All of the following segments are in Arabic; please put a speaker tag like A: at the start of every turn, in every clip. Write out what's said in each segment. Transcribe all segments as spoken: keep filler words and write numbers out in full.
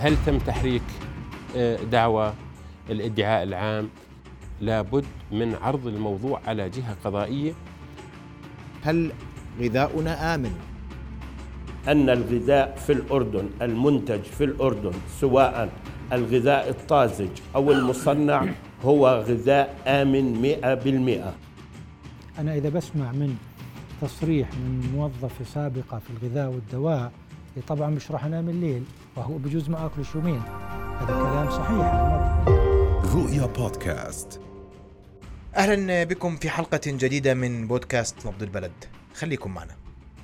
A: هل تم تحريك دعوى الادعاء العام؟ لابد من عرض الموضوع على جهة قضائية.
B: هل غذاؤنا آمن؟
C: أن الغذاء في الأردن المنتج في الأردن سواء الغذاء الطازج أو المصنع هو غذاء آمن مئة بالمئة.
D: أنا إذا بسمع من تصريح من موظفة سابقة في الغذاء والدواء طبعا مش راح أنام الليل، وهو بجوز ما أكل يومين. هذا كلام صحيح.
E: رؤيا بودكاست.
B: أهلا بكم في حلقة جديدة من بودكاست نبض البلد، خليكم معنا.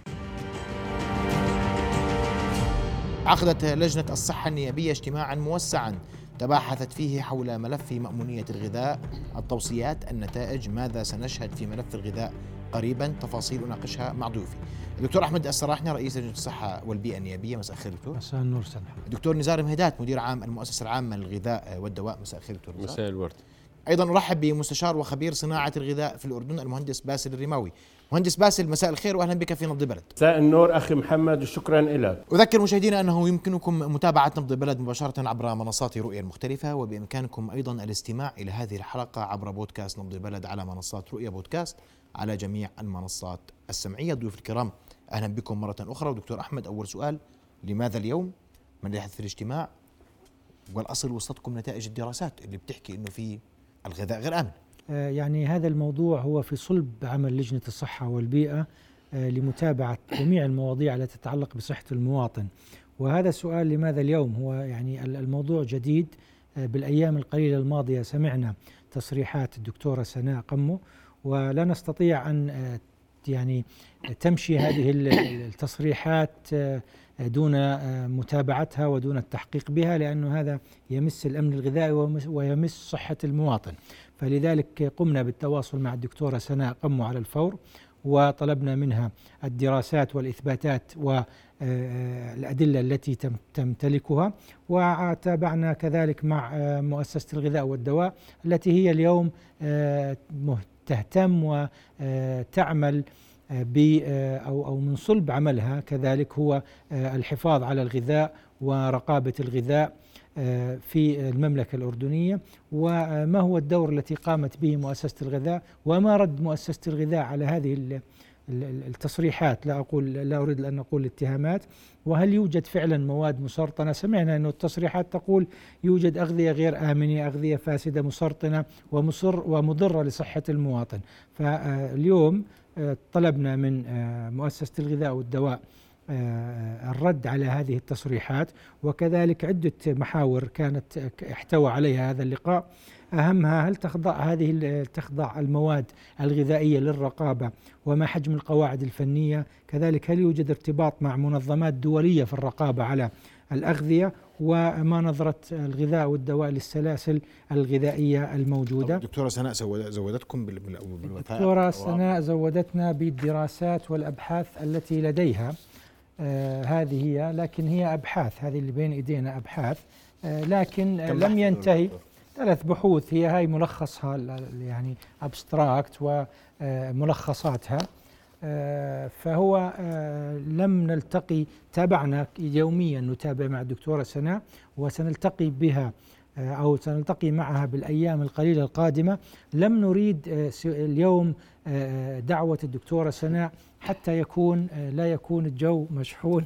B: عقدت لجنة الصحة النيابية اجتماعا موسعا تباحثت فيه حول ملف مأمونية الغذاء، التوصيات، النتائج، ماذا سنشهد في ملف الغذاء قريبا. تفاصيل أناقشها مع ضيوفي الدكتور أحمد السراحني رئيس لجنة الصحة والبيئة النيابية. مساء الخير دكتور.
D: مساء النور سنة.
B: الدكتور نزار مهدات مدير عام المؤسسة العامة للغذاء والدواء. مساء الخير دكتور نزار.
A: مساء الورد.
B: أيضا أرحب بمستشار وخبير صناعة الغذاء في الأردن المهندس باسل الرماوي. مهندس باسل مساء الخير وأهلا بك في نبض البلد.
C: مساء النور أخي محمد وشكرا لك.
B: أذكر مشاهدينا أنه يمكنكم متابعة نبض البلد مباشرة عبر منصات رؤيا المختلفة، وبإمكانكم أيضا الاستماع إلى هذه الحلقة عبر بودكاست نبض البلد على منصات رؤيا بودكاست على جميع المنصات السمعية. ضيوف الكرام أهلا بكم مرة أخرى. ودكتور أحمد، أول سؤال، لماذا اليوم؟ من يحدث في الاجتماع؟ والأصل وصلتكم نتائج الدراسات اللي بتحكي أنه في الغذاء غير آمن.
D: يعني هذا الموضوع هو في صلب عمل لجنة الصحة والبيئة لمتابعة جميع المواضيع التي تتعلق بصحة المواطن. وهذا السؤال لماذا اليوم هو يعني الموضوع جديد. بالأيام القليلة الماضية سمعنا تصريحات الدكتورة سناء قمو، ولا نستطيع أن يعني تمشي هذه التصريحات دون متابعتها ودون التحقيق بها، لأنه هذا يمس الأمن الغذائي ويمس صحة المواطن. فلذلك قمنا بالتواصل مع الدكتورة سناء قمو على الفور، وطلبنا منها الدراسات والإثباتات والأدلة التي تمتلكها، وتابعنا كذلك مع مؤسسة الغذاء والدواء التي هي اليوم تهتم وتعمل ب أو أو من صلب عملها كذلك هو الحفاظ على الغذاء ورقابة الغذاء في المملكة الأردنية، وما هو الدور التي قامت به مؤسسة الغذاء، وما رد مؤسسة الغذاء على هذه التصريحات. لا أقول لا أريد أن أقول اتهامات. وهل يوجد فعلا مواد مسرطنة؟ سمعنا أن التصريحات تقول يوجد أغذية غير آمنة، أغذية فاسدة مسرطنة ومصر ومضرة لصحة المواطن. فاليوم طلبنا من مؤسسة الغذاء والدواء الرد على هذه التصريحات، وكذلك عدة محاور كانت احتوى عليها هذا اللقاء. أهمها هل تخضع هذه تخضع المواد الغذائية للرقابة، وما حجم القواعد الفنية، كذلك هل يوجد ارتباط مع منظمات دولية في الرقابة على الأغذية، وما نظرة الغذاء والدواء للسلاسل الغذائية الموجودة.
B: دكتورة سناء زودتكم بالوثائق؟
D: دكتورة سناء زودتنا بالدراسات والأبحاث التي لديها. آه هذه هي، لكن هي أبحاث، هذه اللي بين إيدينا أبحاث، آه لكن آه لم ينتهي. ثلاث بحوث، هي هاي ملخصها يعني أبستراكت وملخصاتها. آه فهو آه لم نلتقي، تابعنا يوميا، نتابع مع الدكتورة سناء، وسنلتقي بها آه أو سنلتقي معها بالأيام القليلة القادمة. لم نريد آه اليوم آه دعوة الدكتورة سناء حتى يكون لا يكون الجو مشحون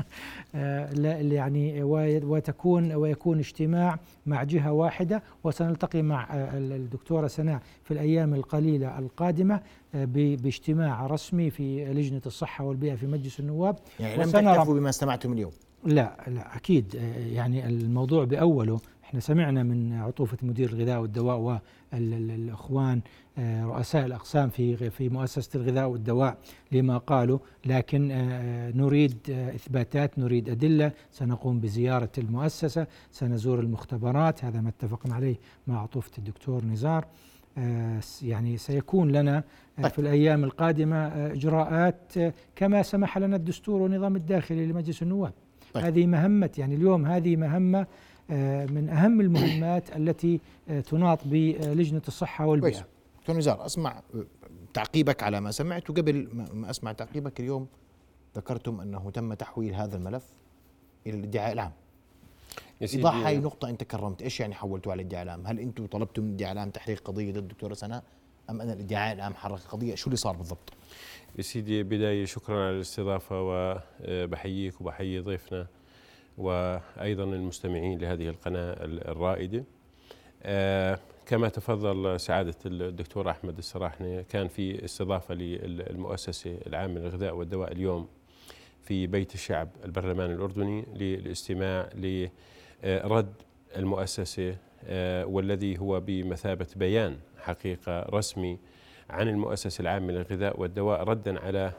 D: يعني وتكون ويكون اجتماع مع جهة واحدة. وسنلتقي مع الدكتورة سناء في الأيام القليلة القادمة باجتماع رسمي في لجنة الصحة والبيئة في مجلس النواب.
B: يعني لم تكتفوا بما استمعتم اليوم؟
D: لا لا أكيد، يعني الموضوع بأوله. احنا سمعنا من عطوفة مدير الغذاء والدواء والأخوان رؤساء الأقسام في في مؤسسة الغذاء والدواء لما قالوا، لكن نريد إثباتات، نريد أدلة. سنقوم بزيارة المؤسسة، سنزور المختبرات، هذا ما اتفقنا عليه مع عطوفة الدكتور نزار. يعني سيكون لنا في الأيام القادمة إجراءات كما سمح لنا الدستور والنظام الداخلي لمجلس النواب. طيب. هذه مهمة، يعني اليوم هذه مهمة من أهم المهمات التي تناط بلجنة الصحة والبيئة.
B: دكتور نزار، أسمع تعقيبك على ما سمعت، وقبل ما أسمع تعقيبك، اليوم ذكرتم أنه تم تحويل هذا الملف إلى الادعاء العام. إيضاح هاي نقطة أنت كرمت، إيش يعني حولتوا على الادعاء العام؟ هل أنتم طلبتوا من الادعاء العام تحقيق قضية ضد الدكتورة سناء أم أن الادعاء العام حرك قضية؟ شو اللي صار بالضبط؟
A: يا سيدي بداية شكرا على الاستضافة، وبحييك وبحيي ضيفنا وأيضا المستمعين لهذه القناة الرائدة. كما تفضل سعادة الدكتور أحمد السراحني، كان في استضافة للمؤسسة العامة للغذاء والدواء اليوم في بيت الشعب البرلمان الأردني للاستماع لرد المؤسسة، والذي هو بمثابة بيان حقيقة رسمي عن المؤسسة العامة للغذاء والدواء، ردا على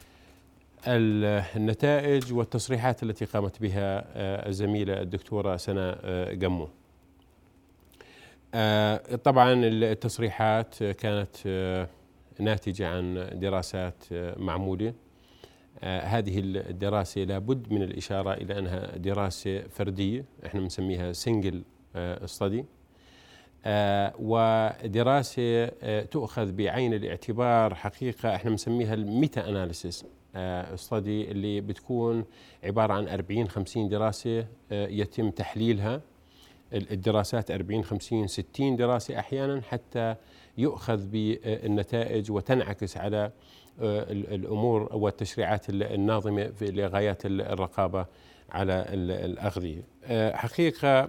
A: النتائج والتصريحات التي قامت بها الزميلة الدكتورة سناء قمو. طبعا التصريحات كانت ناتجة عن دراسات معمولة. هذه الدراسة لابد من الإشارة إلى أنها دراسة فردية، احنا بنسميها سنجل ستادي، ودراسة تؤخذ بعين الاعتبار حقيقة احنا بنسميها الميتا أناليسيس ستادي، اللي بتكون عبارة عن أربعين خمسين دراسة يتم تحليلها، الدراسات أربعين خمسين ستين دراسة أحيانا، حتى يؤخذ بالنتائج وتنعكس على الأمور والتشريعات الناظمة لغايات الرقابة على الأغذية. حقيقة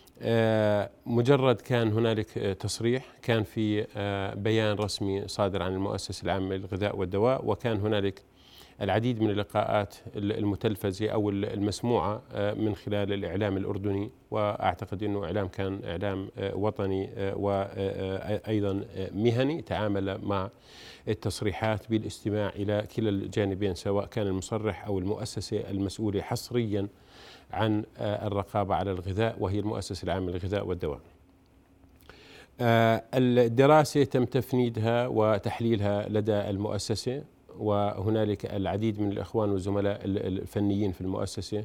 A: مجرد كان هنالك تصريح، كان في بيان رسمي صادر عن المؤسسة العامة للغذاء والدواء، وكان هنالك العديد من اللقاءات المتلفزة أو المسموعة من خلال الإعلام الأردني، وأعتقد أنه إعلام كان إعلام وطني وأيضا مهني، تعامل مع التصريحات بالاستماع إلى كلا الجانبين، سواء كان المصرح أو المؤسسة المسؤولة حصريا عن الرقابة على الغذاء، وهي المؤسسة العامة للغذاء والدواء. الدراسة تم تفنيدها وتحليلها لدى المؤسسة، وهنالك العديد من الإخوان والزملاء الفنيين في المؤسسة،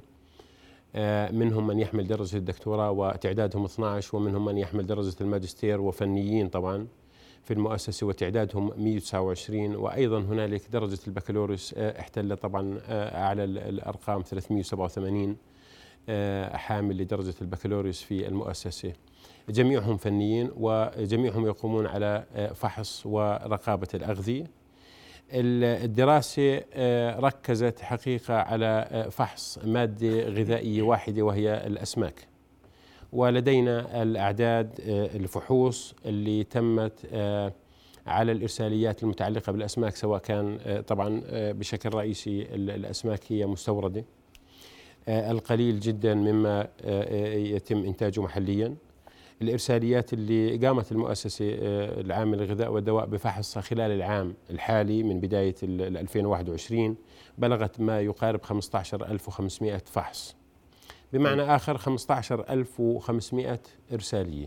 A: منهم من يحمل درجة الدكتوراه وتعدادهم اثني عشر، ومنهم من يحمل درجة الماجستير، وفنيين طبعا في المؤسسة وتعدادهم مئة وتسعة وعشرين، وأيضا هنالك درجة البكالوريوس احتل طبعا أعلى الأرقام ثلاثمئة وسبعة وثمانين حامل لدرجة البكالوريوس في المؤسسة. جميعهم فنيين وجميعهم يقومون على فحص ورقابة الأغذية. الدراسة ركزت حقيقة على فحص مادة غذائية واحدة وهي الأسماك، ولدينا الأعداد الفحوص اللي تمت على الإرساليات المتعلقة بالأسماك، سواء كان طبعا بشكل رئيسي الأسماك هي مستوردة، القليل جدا مما يتم إنتاجه محليا. الإرساليات اللي قامت المؤسسة العامة للغذاء والدواء بفحصها خلال العام الحالي من بداية ألفين وواحد وعشرين بلغت ما يقارب خمسة عشر ألف وخمسمئة فحص، بمعنى آخر خمسة عشر ألف وخمسمئة إرسالية.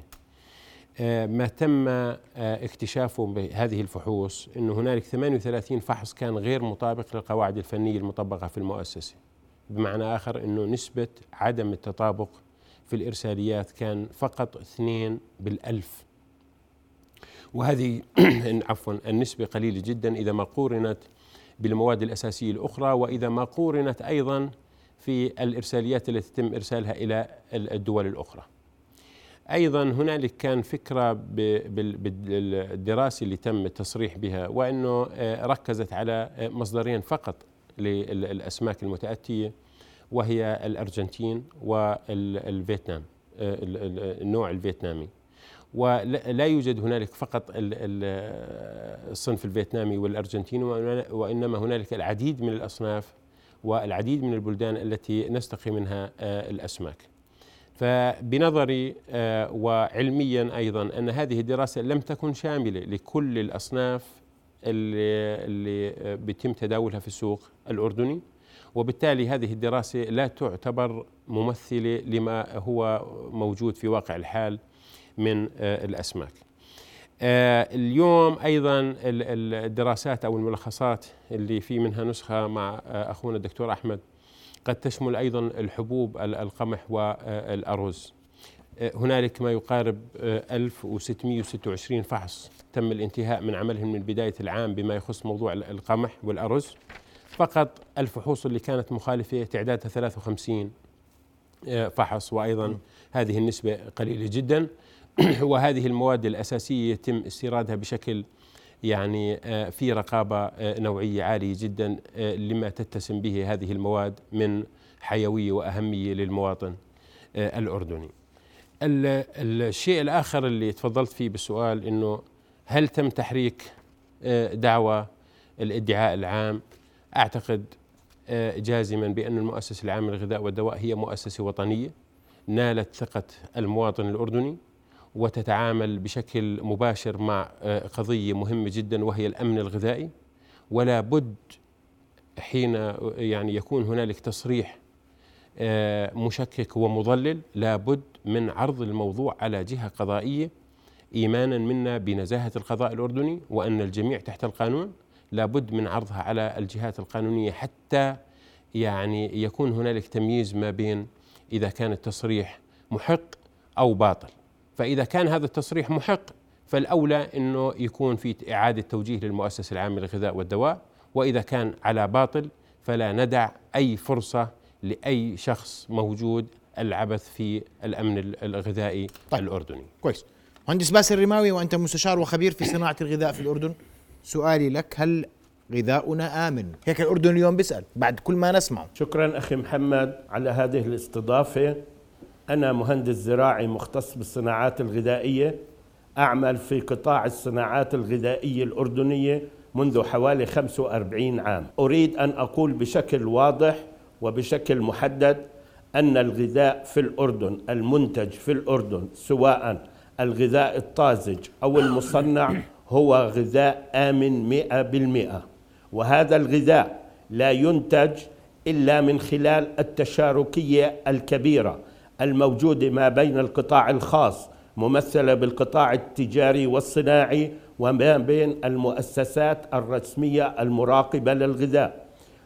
A: ما تم اكتشافه بهذه الفحوص أنه هنالك ثمانية وثلاثين فحص كان غير مطابق للقواعد الفنية المطبقة في المؤسسة، بمعنى آخر أنه نسبة عدم التطابق في الإرساليات كان فقط اثنين بالألف، وهذه عفوا النسبة قليلة جدا إذا ما قورنت بالمواد الأساسية الأخرى، وإذا ما قورنت أيضا في الإرساليات التي تم إرسالها إلى الدول الأخرى. أيضا هنالك كان فكرة بالدراسة اللي تم التصريح بها، وأنه ركزت على مصدرين فقط للأسماك المتأتية، وهي الأرجنتين والفيتنام، النوع الفيتنامي، ولا يوجد هنالك فقط الصنف الفيتنامي والأرجنتيني، وإنما هنالك العديد من الأصناف والعديد من البلدان التي نستقي منها الأسماك. فبنظري وعلميا أيضا أن هذه الدراسة لم تكن شاملة لكل الأصناف اللي, اللي بيتم تداولها في السوق الأردني، وبالتالي هذه الدراسة لا تعتبر ممثلة لما هو موجود في واقع الحال من الأسماك. اليوم أيضا الدراسات أو الملخصات اللي في منها نسخة مع أخونا الدكتور أحمد قد تشمل أيضا الحبوب، القمح والأرز. هنالك ما يقارب ألف وستمئة وستة وعشرين فحص تم الانتهاء من عملهم من بداية العام بما يخص موضوع القمح والأرز. فقط الفحوص اللي كانت مخالفة تعدادها ثلاثة وخمسين فحص، وأيضا هذه النسبة قليلة جدا. وهذه المواد الأساسية يتم استيرادها بشكل يعني في رقابة نوعية عالية جدا لما تتسم به هذه المواد من حيوية وأهمية للمواطن الأردني. الشيء الآخر اللي تفضلت فيه بالسؤال إنه هل تم تحريك دعوى الادعاء العام؟ أعتقد جازما بأن المؤسسة العامة للغذاء والدواء هي مؤسسة وطنية نالت ثقة المواطن الأردني، وتتعامل بشكل مباشر مع قضية مهمة جدا وهي الأمن الغذائي. ولا بد حين يعني يكون هنالك تصريح مشكك ومضلل لا بد من عرض الموضوع على جهة قضائية، إيمانا منا بنزاهة القضاء الأردني وأن الجميع تحت القانون. لا بد من عرضها على الجهات القانونية حتى يعني يكون هنالك تمييز ما بين إذا كان التصريح محق أو باطل. فإذا كان هذا التصريح محق فالأولى أنه يكون في إعادة توجيه للمؤسسة العامة للغذاء والدواء، وإذا كان على باطل فلا ندع أي فرصة لأي شخص موجود العبث في الأمن الغذائي طيب. الأردني.
B: كويس. مهندس باسل الرماوي، وأنت مستشار وخبير في صناعة الغذاء في الأردن، سؤالي لك: هل غذاؤنا آمن؟ هيك الأردن اليوم بيسأل بعد كل ما نسمعه.
C: شكرا أخي محمد على هذه الاستضافة. أنا مهندس زراعي مختص بالصناعات الغذائية، أعمل في قطاع الصناعات الغذائية الأردنية منذ حوالي خمسة وأربعين عام. أريد أن أقول بشكل واضح وبشكل محدد أن الغذاء في الأردن، المنتج في الأردن سواء الغذاء الطازج أو المصنع، هو غذاء آمن مئة بالمئة. وهذا الغذاء لا ينتج إلا من خلال التشاركية الكبيرة الموجودة ما بين القطاع الخاص ممثلة بالقطاع التجاري والصناعي وما بين المؤسسات الرسمية المراقبة للغذاء،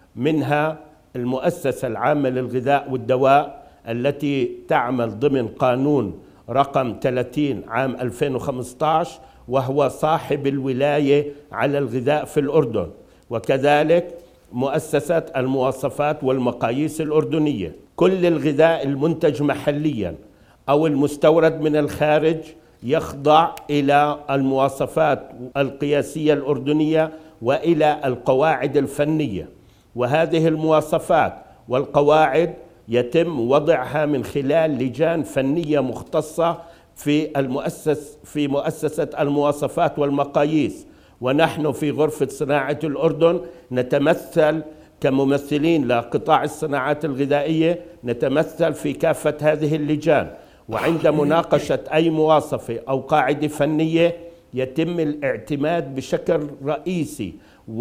C: منها المؤسسة العامة للغذاء والدواء التي تعمل ضمن قانون رقم ثلاثين عام ألفين وخمسة عشر، وهو صاحب الولاية على الغذاء في الأردن، وكذلك مؤسسة المواصفات والمقاييس الأردنية. كل الغذاء المنتج محليا أو المستورد من الخارج يخضع إلى المواصفات القياسية الأردنية وإلى القواعد الفنية، وهذه المواصفات والقواعد يتم وضعها من خلال لجان فنية مختصة في المؤسس في مؤسسة المواصفات والمقاييس. ونحن في غرفة صناعة الأردن نتمثل كممثلين لقطاع الصناعات الغذائية، نتمثل في كافة هذه اللجان، وعند مناقشة أي مواصفة أو قاعدة فنية يتم الاعتماد بشكل رئيسي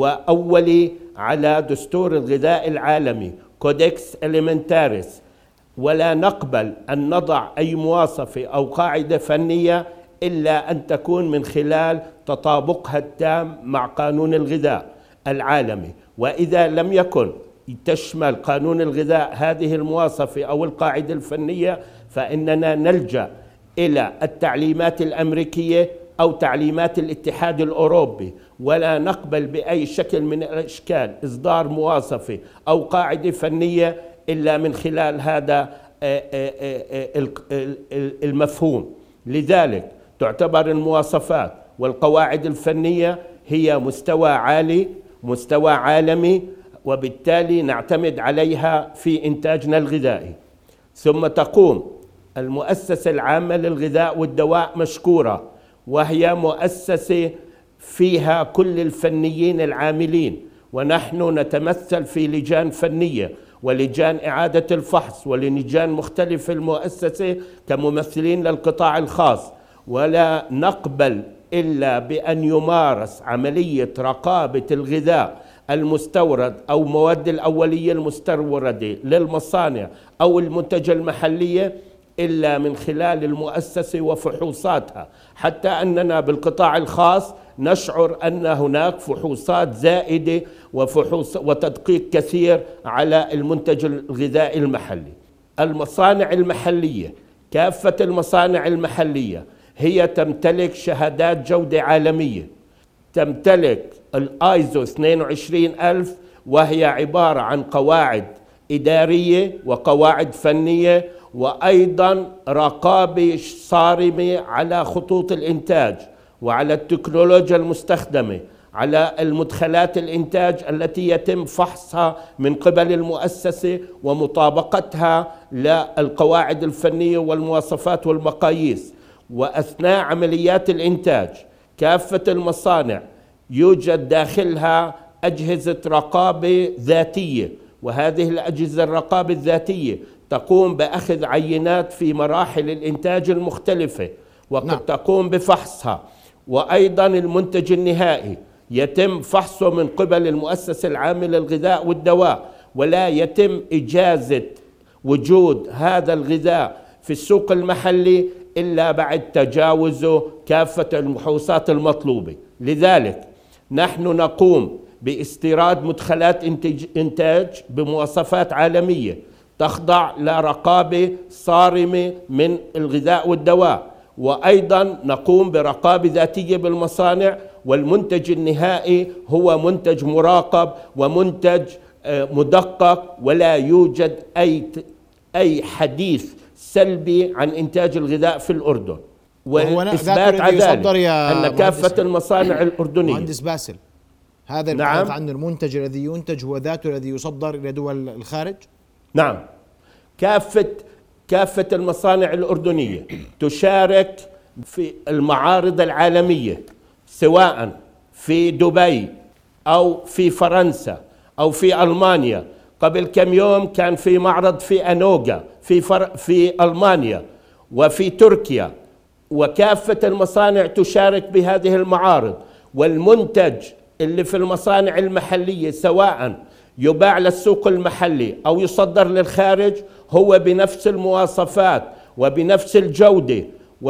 C: وأولي على دستور الغذاء العالمي كودكس إليمنتاريس، ولا نقبل أن نضع أي مواصفة أو قاعدة فنية إلا أن تكون من خلال تطابقها التام مع قانون الغذاء العالمي. وإذا لم يكن تشمل قانون الغذاء هذه المواصفة أو القاعدة الفنية فإننا نلجأ إلى التعليمات الأمريكية أو تعليمات الاتحاد الأوروبي، ولا نقبل بأي شكل من الأشكال إصدار مواصفة أو قاعدة فنية إلا من خلال هذا المفهوم. لذلك تعتبر المواصفات والقواعد الفنية هي مستوى عالي، مستوى عالمي، وبالتالي نعتمد عليها في إنتاجنا الغذائي. ثم تقوم المؤسسة العامة للغذاء والدواء مشكورة، وهي مؤسسة فيها كل الفنيين العاملين، ونحن نتمثل في لجان فنية ولجان إعادة الفحص ولجان مختلفة المؤسسة كممثلين للقطاع الخاص، ولا نقبل إلا بأن يمارس عملية رقابة الغذاء المستورد أو مواد الأولية المستوردة للمصانع أو المنتج المحلية إلا من خلال المؤسسة وفحوصاتها، حتى أننا بالقطاع الخاص نشعر أن هناك فحوصات زائدة وفحوص وتدقيق كثير على المنتج الغذائي المحلي. المصانع المحلية، كافة المصانع المحلية هي تمتلك شهادات جودة عالمية، تمتلك الآيزو اثنين وعشرين ألف، وهي عبارة عن قواعد إدارية وقواعد فنية وأيضا رقابة صارمة على خطوط الإنتاج وعلى التكنولوجيا المستخدمة، على المدخلات الإنتاج التي يتم فحصها من قبل المؤسسة ومطابقتها للقواعد الفنية والمواصفات والمقاييس. وأثناء عمليات الإنتاج كافة المصانع يوجد داخلها أجهزة رقابة ذاتية، وهذه الأجهزة الرقابة الذاتية تقوم بأخذ عينات في مراحل الإنتاج المختلفة وقد نعم. تقوم بفحصها. وأيضا المنتج النهائي يتم فحصه من قبل المؤسسة العامة للغذاء والدواء، ولا يتم إجازة وجود هذا الغذاء في السوق المحلي إلا بعد تجاوزه كافة المحوصات المطلوبة. لذلك نحن نقوم باستيراد مدخلات إنتاج بمواصفات عالمية تخضع لرقابة صارمة من الغذاء والدواء، وأيضا نقوم برقابة ذاتية بالمصانع، والمنتج النهائي هو منتج مراقب ومنتج مدقق، ولا يوجد أي أي حديث سلبي عن إنتاج الغذاء في الأردن.
B: وإثبات على ذلك
C: أن كافة المصانع الأردنية
B: مهندس باسل هذا
C: نعم
B: عن المنتج الذي ينتج هو ذاته الذي يصدر إلى دول الخارج.
C: نعم، كافة كافة المصانع الأردنية تشارك في المعارض العالمية سواء في دبي أو في فرنسا أو في ألمانيا. قبل كم يوم كان في معرض في أنوغا في فر... في ألمانيا وفي تركيا، وكافة المصانع تشارك بهذه المعارض. والمنتج اللي في المصانع المحلية سواء يباع للسوق المحلي أو يصدر للخارج هو بنفس المواصفات وبنفس الجودة.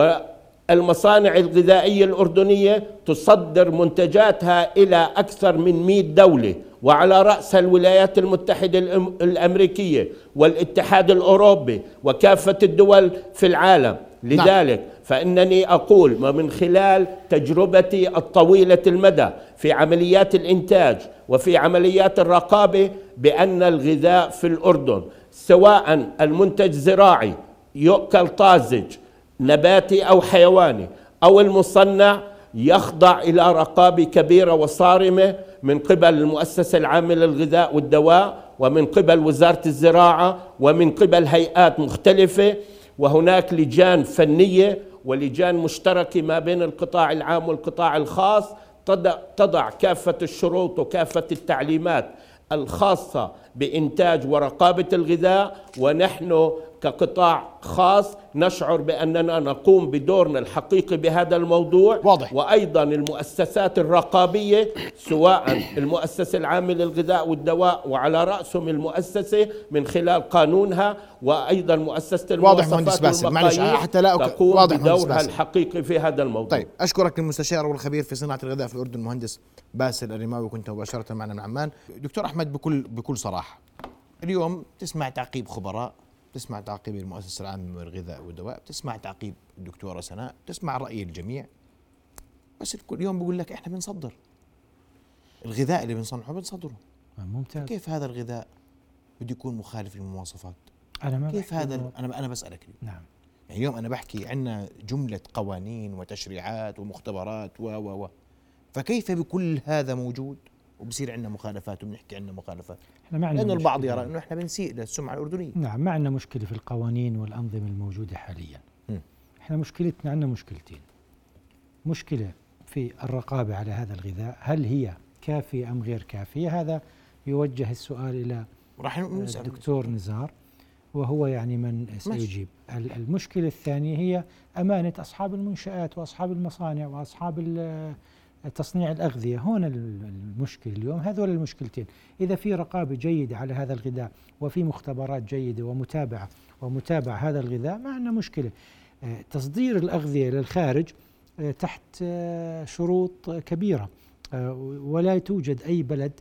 C: والمصانع الغذائية الأردنية تصدر منتجاتها إلى أكثر من مئة دولة، وعلى رأسها الولايات المتحدة الأمريكية والاتحاد الأوروبي وكافة الدول في العالم. لذلك فإنني أقول ومن خلال تجربتي الطويلة المدى في عمليات الإنتاج وفي عمليات الرقابة بأن الغذاء في الأردن سواء المنتج زراعي يؤكل طازج نباتي أو حيواني أو المصنع يخضع إلى رقابة كبيرة وصارمة من قبل المؤسسة العامة للغذاء والدواء ومن قبل وزارة الزراعة ومن قبل هيئات مختلفة، وهناك لجان فنية ولجان مشتركة ما بين القطاع العام والقطاع الخاص تضع, تضع كافة الشروط وكافة التعليمات الخاصة بإنتاج ورقابة الغذاء. ونحن كقطاع خاص نشعر بأننا نقوم بدورنا الحقيقي بهذا الموضوع.
B: واضح.
C: وأيضا المؤسسات الرقابية سواء المؤسسة العامة للغذاء والدواء وعلى رأسهم المؤسسة من خلال قانونها، وأيضا مؤسسة المواصفات والمقاييس
B: حتى لا أك...
C: تقوم بدورها الحقيقي في هذا الموضوع.
B: طيب أشكرك المستشار والخبير في صناعة الغذاء في الأردن المهندس باسل الرماوي، كنت مباشرة معنا من عمان. دكتور أحمد، بكل بكل صراحة اليوم تسمع تعقيب خبراء، تسمع تعقيب المؤسسة العامة للغذاء والدواء، تسمع تعقيب الدكتورة سناء، تسمع رأي الجميع، بس كل يوم بيقول لك احنا بنصدر الغذاء اللي بنصنعه بنصدره.
D: ممتاز.
B: كيف هذا الغذاء بده يكون مخالف للمواصفات؟
D: أنا ما
B: كيف هذا؟ أنا أنا بسألك اليوم.
D: نعم.
B: يعني اليوم أنا بحكي عنا جملة قوانين وتشريعات ومختبرات و و و فكيف بكل هذا موجود وبصير عندنا مخالفات وبنحكي عندنا مخالفات؟ لأنه البعض يرى أنه إحنا بنسيء للسمعة الأردنية.
D: نعم، ما عندنا مشكلة في القوانين والأنظمة الموجودة حاليا. م. إحنا مشكلتنا عندنا مشكلتين. مشكلة في الرقابة على هذا الغذاء، هل هي كافية أم غير كافية؟ هذا يوجه السؤال إلى الدكتور نزار وهو يعني من سيجيب. المشكلة الثانية هي أمانة أصحاب المنشآت وأصحاب المصانع وأصحاب تصنيع الأغذية. هنا المشكلة اليوم، هذول المشكلتين. إذا في رقابة جيدة على هذا الغذاء وفي مختبرات جيدة ومتابعة ومتابعة هذا الغذاء ما عندنا مشكلة. تصدير الأغذية للخارج تحت شروط كبيرة، ولا توجد أي بلد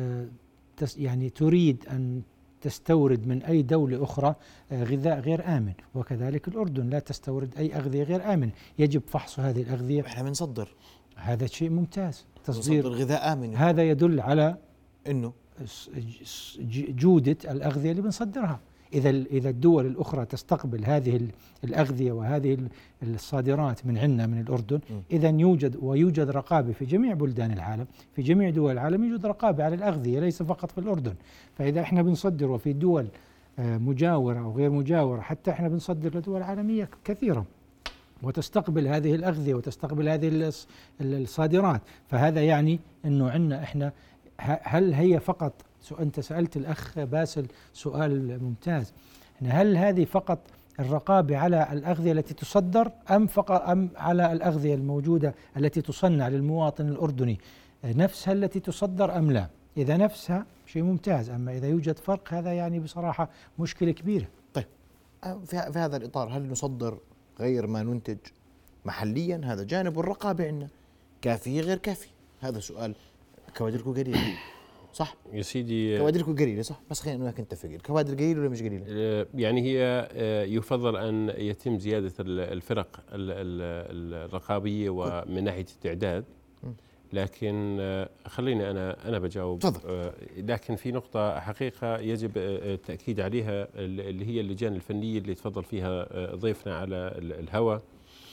D: يعني تريد أن تستورد من أي دولة أخرى غذاء غير آمن، وكذلك الأردن لا تستورد أي أغذية غير آمن، يجب فحص هذه الأغذية.
B: إحنا بنصدر،
D: هذا شيء ممتاز. تصدير
B: غذاء آمن
D: هذا يدل على
B: إنه
D: جودة الأغذية اللي بنصدرها. إذا إذا الدول الأخرى تستقبل هذه الأغذية وهذه الصادرات من عندنا من الأردن، إذا يوجد ويوجد رقابة في جميع بلدان العالم، في جميع دول العالم يوجد رقابة على الأغذية ليس فقط في الأردن. فإذا احنا بنصدر وفي دول مجاورة أو غير مجاورة، حتى احنا بنصدر لدول عالمية كثيرة وتستقبل هذه الأغذية وتستقبل هذه الصادرات، فهذا يعني أنه عندنا احنا، هل هي فقط، أنت سألت الأخ باسل سؤال ممتاز، هل هذه فقط الرقابة على الأغذية التي تصدر أم فقط أم على الأغذية الموجودة التي تصنع للمواطن الأردني نفسها التي تصدر أم لا؟ إذا نفسها شيء ممتاز، أما إذا يوجد فرق هذا يعني بصراحة مشكلة كبيرة.
B: طيب في هذا الإطار هل نصدر غير ما ننتج محليا؟ هذا جانب، والرقابة عندنا كافية غير كافية؟ هذا سؤال. كوادركم قليلة صح
A: يا سيدي؟
B: كوادركم قليلة صح، بس خلينا نقول نتفق، الكوادر قليلة ولا مش قليلة؟
A: يعني هي يفضل أن يتم زيادة الفرق الرقابية ومن ناحية التعداد، لكن خليني أنا أنا بجاوب.
B: تفضل.
A: لكن في نقطة حقيقة يجب التأكيد عليها، اللي هي اللجان الفنية اللي تفضل فيها ضيفنا على الهواء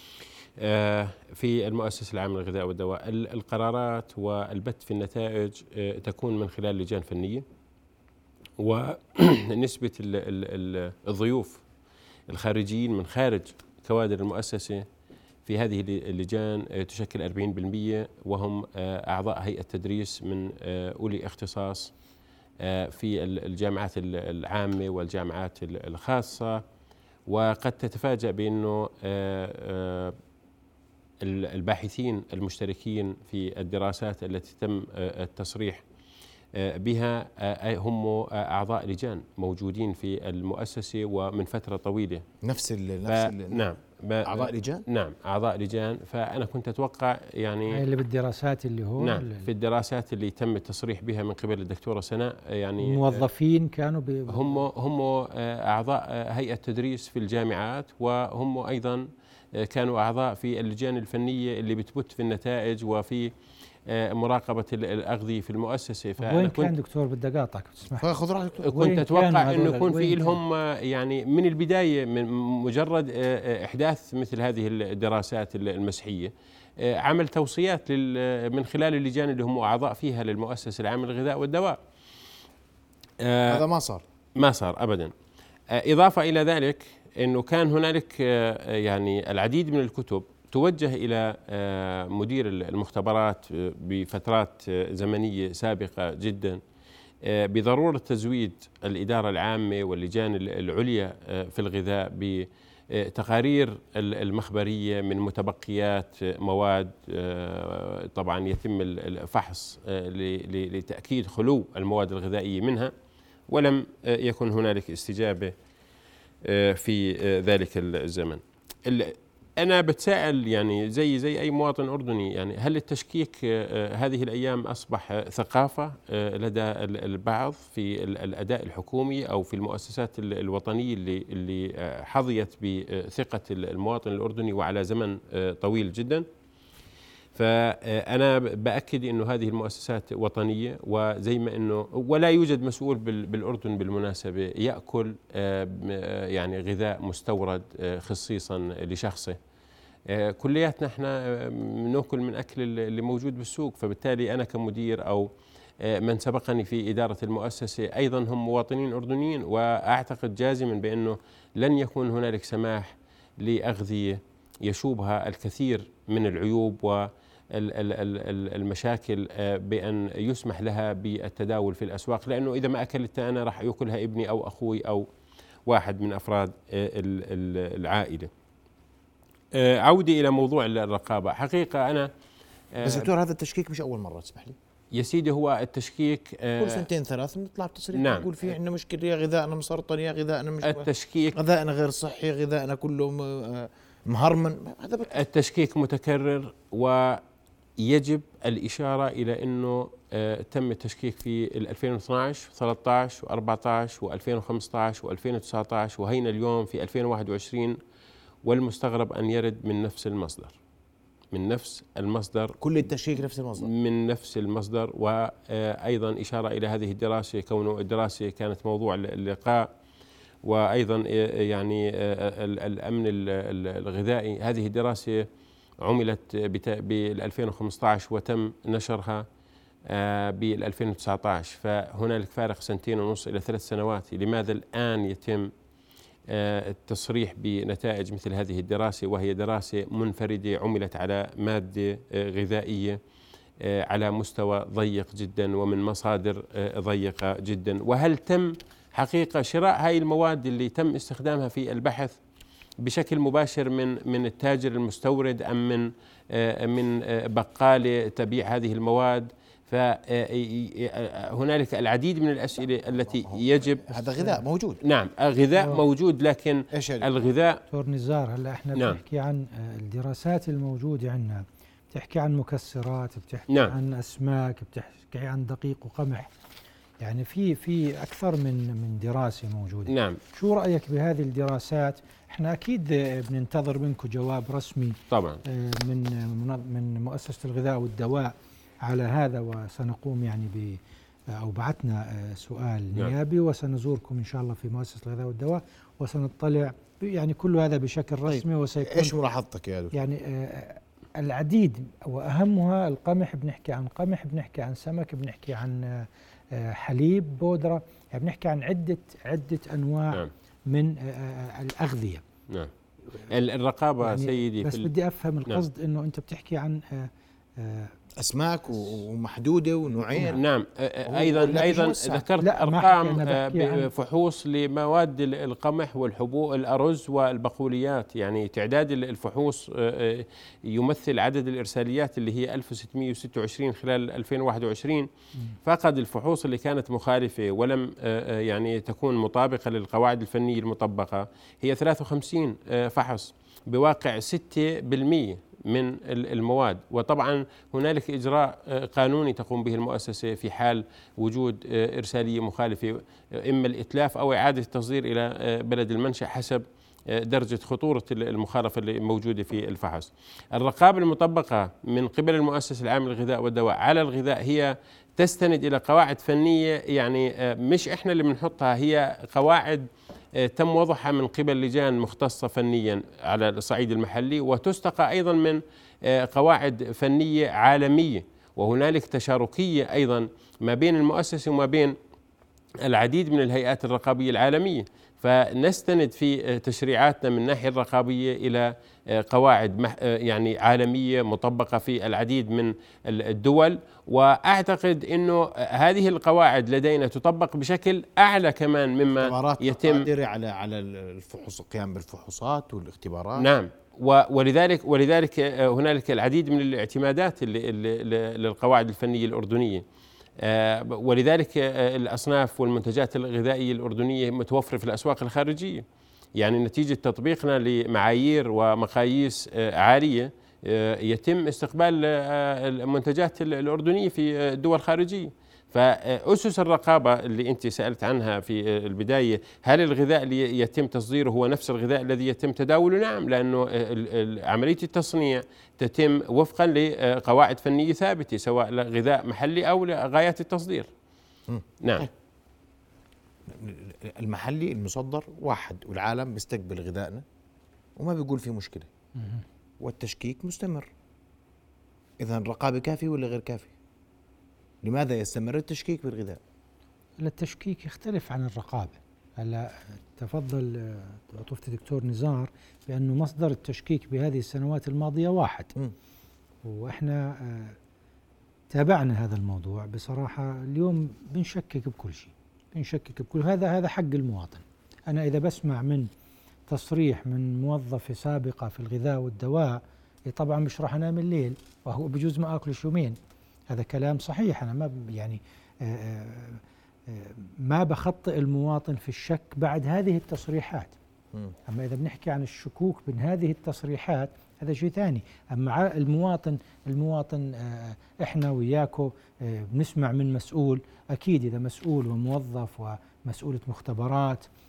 A: في المؤسسة العامة للغذاء والدواء. القرارات والبت في النتائج تكون من خلال لجان فنية، ونسبة الضيوف الخارجيين من خارج كوادر المؤسسة في هذه اللجان تشكل أربعين بالمئة، وهم أعضاء هيئة تدريس من أولي اختصاص في الجامعات العامة والجامعات الخاصة. وقد تتفاجأ بأنه الباحثين المشتركين في الدراسات التي تم التصريح بها هم أعضاء لجان موجودين في المؤسسة ومن فترة طويلة.
B: نفس ال نفس ال
A: نعم
B: أعضاء لجان؟
A: نعم أعضاء لجان. فأنا كنت أتوقع يعني
D: اللي بالدراسات اللي هو
A: نعم في الدراسات اللي تم التصريح بها من قبل الدكتورة سناء، يعني
D: موظفين كانوا
A: هم هم أعضاء هيئة تدريس في الجامعات، وهم أيضا كانوا أعضاء في اللجان الفنية اللي بتبت في النتائج وفي مراقبة الأغذية في المؤسسة.
D: وين كان دكتور بدي أقاطعك تسمح؟
B: خذ راحتك.
A: كنت أتوقع أنه يكون في لهم يعني من البداية، من مجرد إحداث مثل هذه الدراسات المسحية، عمل توصيات من خلال اللجان اللي هم أعضاء فيها للمؤسسة العامة للغذاء والدواء.
B: هذا ما صار
A: ما صار أبدا. إضافة إلى ذلك أنه كان هنالك يعني العديد من الكتب توجه إلى مدير المختبرات بفترات زمنية سابقة جدا بضرورة تزويد الإدارة العامة واللجان العليا في الغذاء بتقارير المخبرية من متبقيات مواد طبعا يتم الفحص لتأكيد خلو المواد الغذائية منها، ولم يكن هنالك استجابة في ذلك الزمن. أنا بتساءل يعني زي زي أي مواطن أردني، يعني هل التشكيك هذه الأيام أصبح ثقافة لدى البعض في الأداء الحكومي أو في المؤسسات الوطنية اللي اللي حظيت بثقة المواطن الأردني وعلى زمن طويل جدا؟ فأنا بأكد إنه هذه المؤسسات وطنية، وزي ما إنه ولا يوجد مسؤول بالأردن بالمناسبة يأكل يعني غذاء مستورد خصيصا لشخصه. كلياتنا احنا ناكل من أكل اللي موجود بالسوق، فبالتالي أنا كمدير أو من سبقني في إدارة المؤسسة أيضا هم مواطنين أردنيين، وأعتقد جازما بأنه لن يكون هنالك سماح لأغذية يشوبها الكثير من العيوب والمشاكل بأن يسمح لها بالتداول في الأسواق، لأنه إذا ما أكلتها أنا راح يأكلها ابني أو أخوي أو واحد من أفراد العائلة. عودي إلى موضوع الرقابة. حقيقة أنا
B: بس دكتور هذا التشكيك مش أول مرة تسمح لي
A: يا سيدي، هو التشكيك
B: كل سنتين ثلاث نطلع بتصريح
A: نعم.
B: نقول في عندنا مشكلة، يا غذائنا مسرطن، يا غذائنا مش
A: التشكيك
B: غذائنا غير صحي، غذائنا كله مهرمن. هذا
A: التشكيك متكرر، ويجب الإشارة إلى أنه تم التشكيك في ألفين واثنعش وثلاثة عشر وأربعة عشر وألفين وخمسة عشر وألفين وتسعة عشر، وهينا اليوم في ألفين وواحد وعشرين، والمستغرب أن يرد من نفس المصدر من نفس المصدر
B: كل التشكيك نفس المصدر
A: من نفس المصدر. وأيضا إشارة إلى هذه الدراسة، كونه الدراسة كانت موضوع اللقاء وأيضا يعني الأمن الغذائي. هذه الدراسة عملت بال ألفين وخمسة عشر وتم نشرها بال ألفين وتسعة عشر، فهنالك فارق سنتين ونص إلى ثلاث سنوات. لماذا الآن يتم التصريح بنتائج مثل هذه الدراسة وهي دراسة منفردة عملت على مادة غذائية على مستوى ضيق جدا ومن مصادر ضيقة جدا؟ وهل تم حقيقة شراء هاي المواد اللي تم استخدامها في البحث بشكل مباشر من من التاجر المستورد أم من من بقالة تبيع هذه المواد؟ فهنالك العديد من الأسئلة التي يجب.
B: هذا غذاء موجود.
A: نعم غذاء موجود، لكن الغذاء
D: دكتور نزار هلا احنا نعم. بنحكي عن الدراسات الموجودة عندنا، بتحكي عن مكسرات، بتحكي نعم. عن أسماك، بتحكي عن دقيق وقمح، يعني في في أكثر من من دراسة موجودة.
A: نعم.
D: شو رأيك بهذه الدراسات؟ احنا أكيد بننتظر منكم جواب رسمي
A: طبعا
D: من من مؤسسة الغذاء والدواء على هذا، وسنقوم يعني ب أو بعثنا سؤال نيابي نعم. وسنزوركم إن شاء الله في مؤسسة الغذاء والدواء وسنطلع يعني كل هذا بشكل رسمي. وسيكون
B: إيش ملاحظتك يا دكتور؟
D: يعني آه العديد وأهمها القمح، بنحكي عن قمح، بنحكي عن سمك، بنحكي عن آه حليب بودرة، يعني بنحكي عن عدة عدة أنواع نعم. من آه الأغذية.
A: نعم. الرقابة يعني سيدي
D: بس بدي أفهم القصد نعم. إنه أنت بتحكي عن آه آه
B: أسماك ومحدودة ونوعين.
A: نعم أيضا أيضا ذكرت أرقام بفحوص لمواد القمح والحبوب الأرز والبقوليات، يعني تعداد الفحوص يمثل عدد الإرساليات اللي هي ألف وستمئة وستة وعشرين خلال ألفين وواحد وعشرين، فقد الفحوص اللي كانت مخالفة ولم يعني تكون مطابقة للقواعد الفنية المطبقة هي ثلاثة وخمسين فحص بواقع ستة بالمئة من المواد. وطبعا هنالك إجراء قانوني تقوم به المؤسسة في حال وجود إرسالية مخالفة، إما الإتلاف أو إعادة التصدير إلى بلد المنشأ حسب درجة خطورة المخالفة اللي موجودة في الفحص. الرقابة المطبقة من قبل المؤسسة العامة للغذاء والدواء على الغذاء هي تستند إلى قواعد فنية، يعني مش إحنا اللي بنحطها، هي قواعد تم وضعها من قبل لجان مختصة فنيا على الصعيد المحلي، وتستقى أيضا من قواعد فنية عالمية، وهنالك تشاركية أيضا ما بين المؤسسة وما بين العديد من الهيئات الرقابية العالمية. فنستند في تشريعاتنا من الناحية الرقابية إلى قواعد يعني عالمية مطبقة في العديد من الدول، وأعتقد أنه هذه القواعد لدينا تطبق بشكل أعلى كمان مما يتم
B: على على الفحوص، القيام بالفحوصات والاختبارات.
A: نعم. ولذلك ولذلك هنالك العديد من الاعتمادات للقواعد الفنية الأردنية، ولذلك الأصناف والمنتجات الغذائية الأردنية متوفرة في الأسواق الخارجية، يعني نتيجة تطبيقنا لمعايير ومقاييس عالية يتم استقبال المنتجات الأردنية في الدول الخارجية. فأسس الرقابة اللي أنت سألت عنها في البداية، هل الغذاء اللي يتم تصديره هو نفس الغذاء الذي يتم تداوله؟ نعم، لأنه عملية التصنيع تتم وفقا لقواعد فنية ثابتة سواء لغذاء محلي أو لغايات التصدير. نعم.
B: المحلي المصدر واحد والعالم بيستقبل غذائنا وما بيقول في مشكلة، والتشكيك مستمر. إذن الرقابة كافية ولا غير كافية؟ لماذا يستمر التشكيك بالغذاء؟
D: التشكيك يختلف عن الرقابة. هلا تفضل عطوفة الدكتور نزار بأنه مصدر التشكيك بهذه السنوات الماضية واحد، م. وإحنا تابعنا هذا الموضوع بصراحة. اليوم بنشكك بكل شيء، بنشكك بكل هذا هذا حق المواطن. أنا إذا بسمع من تصريح من موظفة سابقة في الغذاء والدواء طبعا مش راح أنام الليل وهو بجوز ما أكلش يومين، هذا كلام صحيح. أنا ما يعني آآ آآ ما بخطئ المواطن في الشك بعد هذه التصريحات. م. أما إذا بنحكي عن الشكوك من هذه التصريحات هذا شيء ثاني. أما المواطن المواطن إحنا وياكو بنسمع من مسؤول، أكيد إذا مسؤول وموظف ومسؤولة مختبرات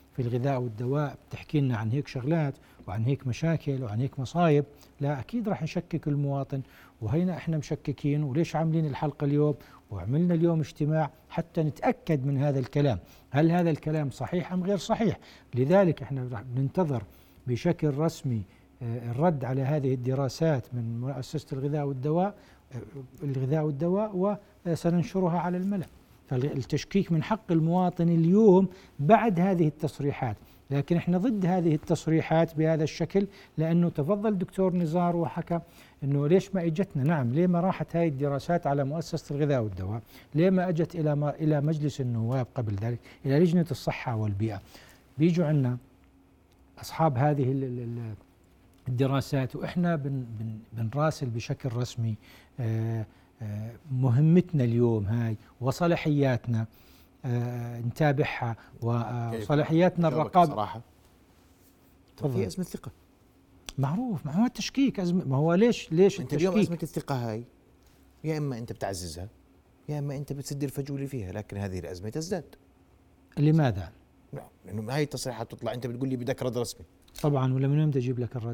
D: في الغذاء والدواء بتحكي لنا عن هيك شغلات وعن هيك مشاكل وعن هيك مصايب، لا أكيد راح نشكك المواطن. وهينا إحنا مشككين، وليش عاملين الحلقة اليوم وعملنا اليوم اجتماع حتى نتأكد من هذا الكلام، هل هذا الكلام صحيح أم غير صحيح. لذلك إحنا راح ننتظر بشكل رسمي الرد على هذه الدراسات من مؤسسة الغذاء والدواء الغذاء والدواء وسننشرها على الملأ. فالتشكيك من حق المواطن اليوم بعد هذه التصريحات، لكن احنا ضد هذه التصريحات بهذا الشكل، لأنه تفضل دكتور نزار وحكى انه ليش ما اجتنا، نعم ليه ما راحت هاي الدراسات على مؤسسة الغذاء والدواء، ليه ما اجت الى ما الى مجلس النواب قبل ذلك، الى لجنة الصحة والبيئة. بيجوا عنا اصحاب هذه الدراسات واحنا بن بن بنراسل بشكل رسمي آه آه مهمتنا اليوم هاي وصلاحياتنا آه نتابعها، وصلاحياتنا الرقابة.
B: صراحة في أزمة ثقة
D: معروف، ما هو التشكيك أزمة، ما هو ليش ليش
B: أنت اليوم أزمة الثقة هاي يا إما أنت بتعززها يا إما أنت بتسد الفجولة فيها، لكن هذه الأزمة تزداد.
D: لماذا؟
B: نعم لأنه هاي التصريحات تطلع أنت بتقول لي بدك رد رسمي.
D: طبعا، ولا من وين بدي أجيب لك الرد؟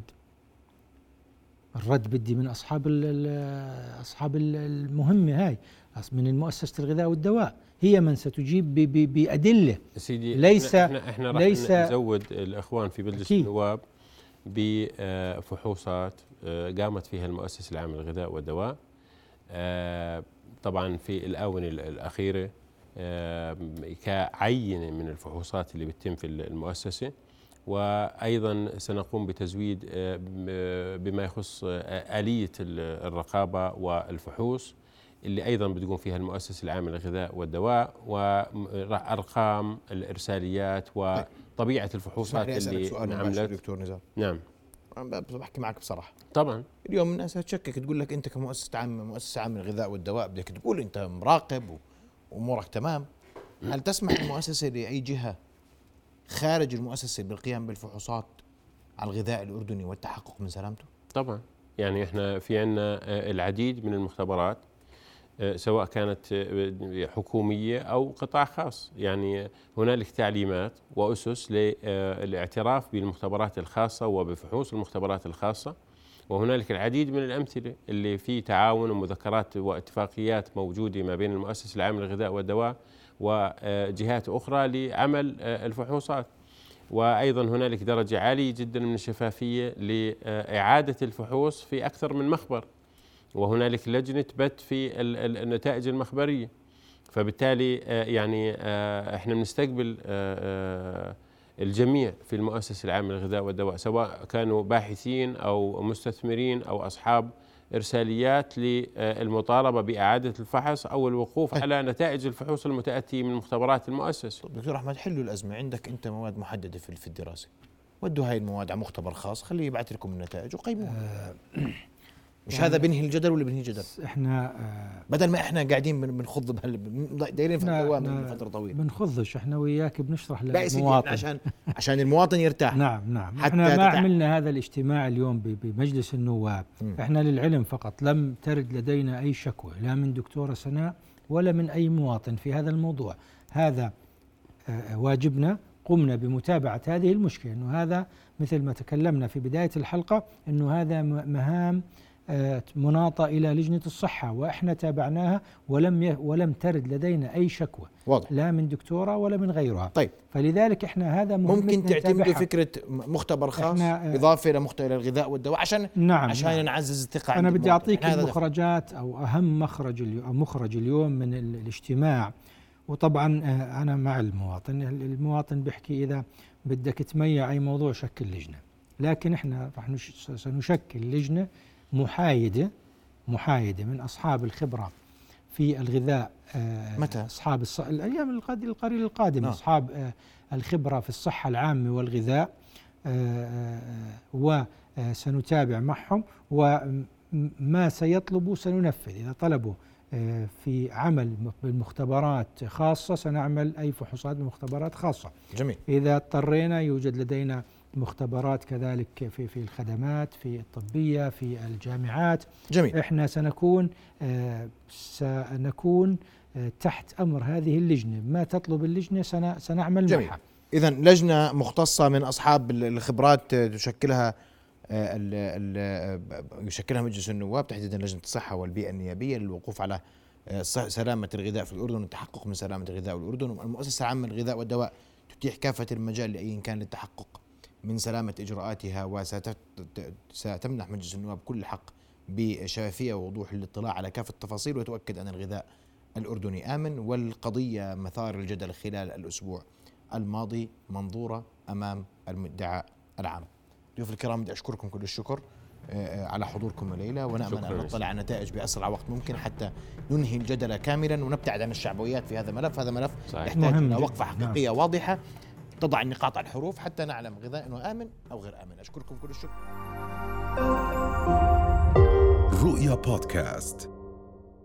D: الرد بدي من أصحاب أصحاب المهمة هاي، من المؤسسة الغذاء والدواء، هي من ستجيب بأدلة.
A: سيدي
D: ليس
A: احنا احنا راح
D: ليس
A: نزود الإخوان في مجلس النواب بفحوصات قامت فيها المؤسسة العامة للغذاء والدواء طبعا في الآونة الأخيرة كعينة من الفحوصات اللي بتتم في المؤسسة، وأيضا سنقوم بتزويد بما يخص آلية الرقابة والفحوص اللي أيضا بتقوم فيها المؤسسة العامة للغذاء والدواء، وأرقام الإرساليات وطبيعة الفحوصات اللي
B: انعملت. دكتور نزار،
A: نعم
B: بحكي معك بصراحة،
A: طبعا
B: اليوم الناس تشكك تقول لك أنت كمؤسسة عامة مؤسسة عامة للغذاء والدواء بدك تقول أنت مراقب وأمورك تمام. هل تسمح المؤسسة لأي جهة خارج المؤسسة بالقيام بالفحوصات على الغذاء الأردني والتحقق من سلامته؟
A: طبعا، يعني احنا في عنا العديد من المختبرات سواء كانت حكومية أو قطاع خاص، يعني هنالك تعليمات وأسس للاعتراف بالمختبرات الخاصة وبفحوص المختبرات الخاصة، وهنالك العديد من الأمثلة اللي في تعاون ومذكرات واتفاقيات موجودة ما بين المؤسسة العامة للغذاء والدواء وجهات أخرى لعمل الفحوصات. وأيضا هنالك درجة عالية جدا من الشفافية لإعادة الفحوص في أكثر من مخبر، وهنالك لجنة بت في النتائج المخبرية. فبالتالي يعني احنا بنستقبل الجميع في المؤسسة العامة للغذاء والدواء، سواء كانوا باحثين أو مستثمرين أو أصحاب إرساليات للمطالبة بإعادة الفحص أو الوقوف على نتائج الفحوص المتأتية من مختبرات المؤسسة.
B: دكتور أحمد، حلوا الأزمة، عندك أنت مواد محددة في الدراسة، ودوا هاي المواد على مختبر خاص، خليه يبعث لكم النتائج وقيموها. آه مش يعني هذا بينهي الجدل ولا بينهي الجدل؟ احنا آه بدل ما احنا قاعدين بنخض دايرين في الدوام من فتره طويله.
D: بنخضش احنا وياك، بنشرح للمواطن
B: عشان عشان المواطن يرتاح.
D: نعم نعم، احنا ما عملنا هذا الاجتماع اليوم بمجلس النواب، م. احنا للعلم فقط، لم ترد لدينا اي شكوى لا من دكتورة سناء ولا من اي مواطن في هذا الموضوع. هذا آه واجبنا، قمنا بمتابعة هذه المشكلة، انه هذا مثل ما تكلمنا في بداية الحلقة انه هذا مهام مناطة إلى لجنة الصحة، وإحنا تابعناها ولم ي... ولم ترد لدينا أي شكوى واضح. لا من دكتورة ولا من غيرها.
B: طيب،
D: فلذلك إحنا هذا
B: ممكن تعتمدوا فكرة مختبر خاص إضافة لمختبر الغذاء والدواء عشان
D: نعم
B: عشان
D: نعم.
B: نعزز الثقة.
D: أنا بدي أعطيك المخرجات أو أهم مخرج اليوم مخرج اليوم من الاجتماع. وطبعا أنا مع المواطن، المواطن بيحكي إذا بدك تميع أي موضوع شكل لجنة، لكن إحنا راح نش... سنشكل لجنة محايدة محايدة من أصحاب الخبرة في الغذاء.
B: متى؟
D: أصحاب الص... الأيام القليلة القادمة. أصحاب آه الخبرة في الصحة العامة والغذاء، آه وسنتابع معهم، وما سيطلبوا سننفذ. إذا طلبوا آه في عمل بالمختبرات خاصة سنعمل أي فحوصات بمختبرات خاصة.
B: جميل.
D: إذا اضطرينا يوجد لدينا مختبرات كذلك في في الخدمات، في الطبية، في الجامعات.
B: جميل.
D: احنا سنكون آه سنكون آه تحت امر هذه اللجنة، ما تطلب اللجنة سنعمل
B: جميل.
D: معها.
B: إذا لجنة مختصة من أصحاب الخبرات تشكلها ال ال يشكلها مجلس النواب، تحديدا لجنة الصحة والبيئة النيابية للوقوف على سلامة الغذاء في الأردن والتحقق من سلامة الغذاء والأردن. والمؤسسة العامة للغذاء والدواء تتيح كافة المجال لأي كان للتحقق من سلامة إجراءاتها، وستمنح مجلس النواب كل حق بشفافية ووضوح للاطلاع على كافة التفاصيل وتؤكد أن الغذاء الأردني آمن. والقضية مثار الجدل خلال الأسبوع الماضي منظورة أمام المدعى العام. ضيوف الكرام بدي أشكركم كل الشكر على حضوركم الليلة، ونأمل أن نطلع على نتائج بأسرع وقت ممكن حتى ننهي الجدل كاملا ونبتعد عن الشعبويات في هذا الملف. هذا ملف يحتاج إلى وقفة حقيقية نعم. واضحة تضع النقاط على الحروف حتى نعلم غذاء إنه آمن أو غير آمن. أشكركم كل الشكر.
E: رؤيا بودكاست.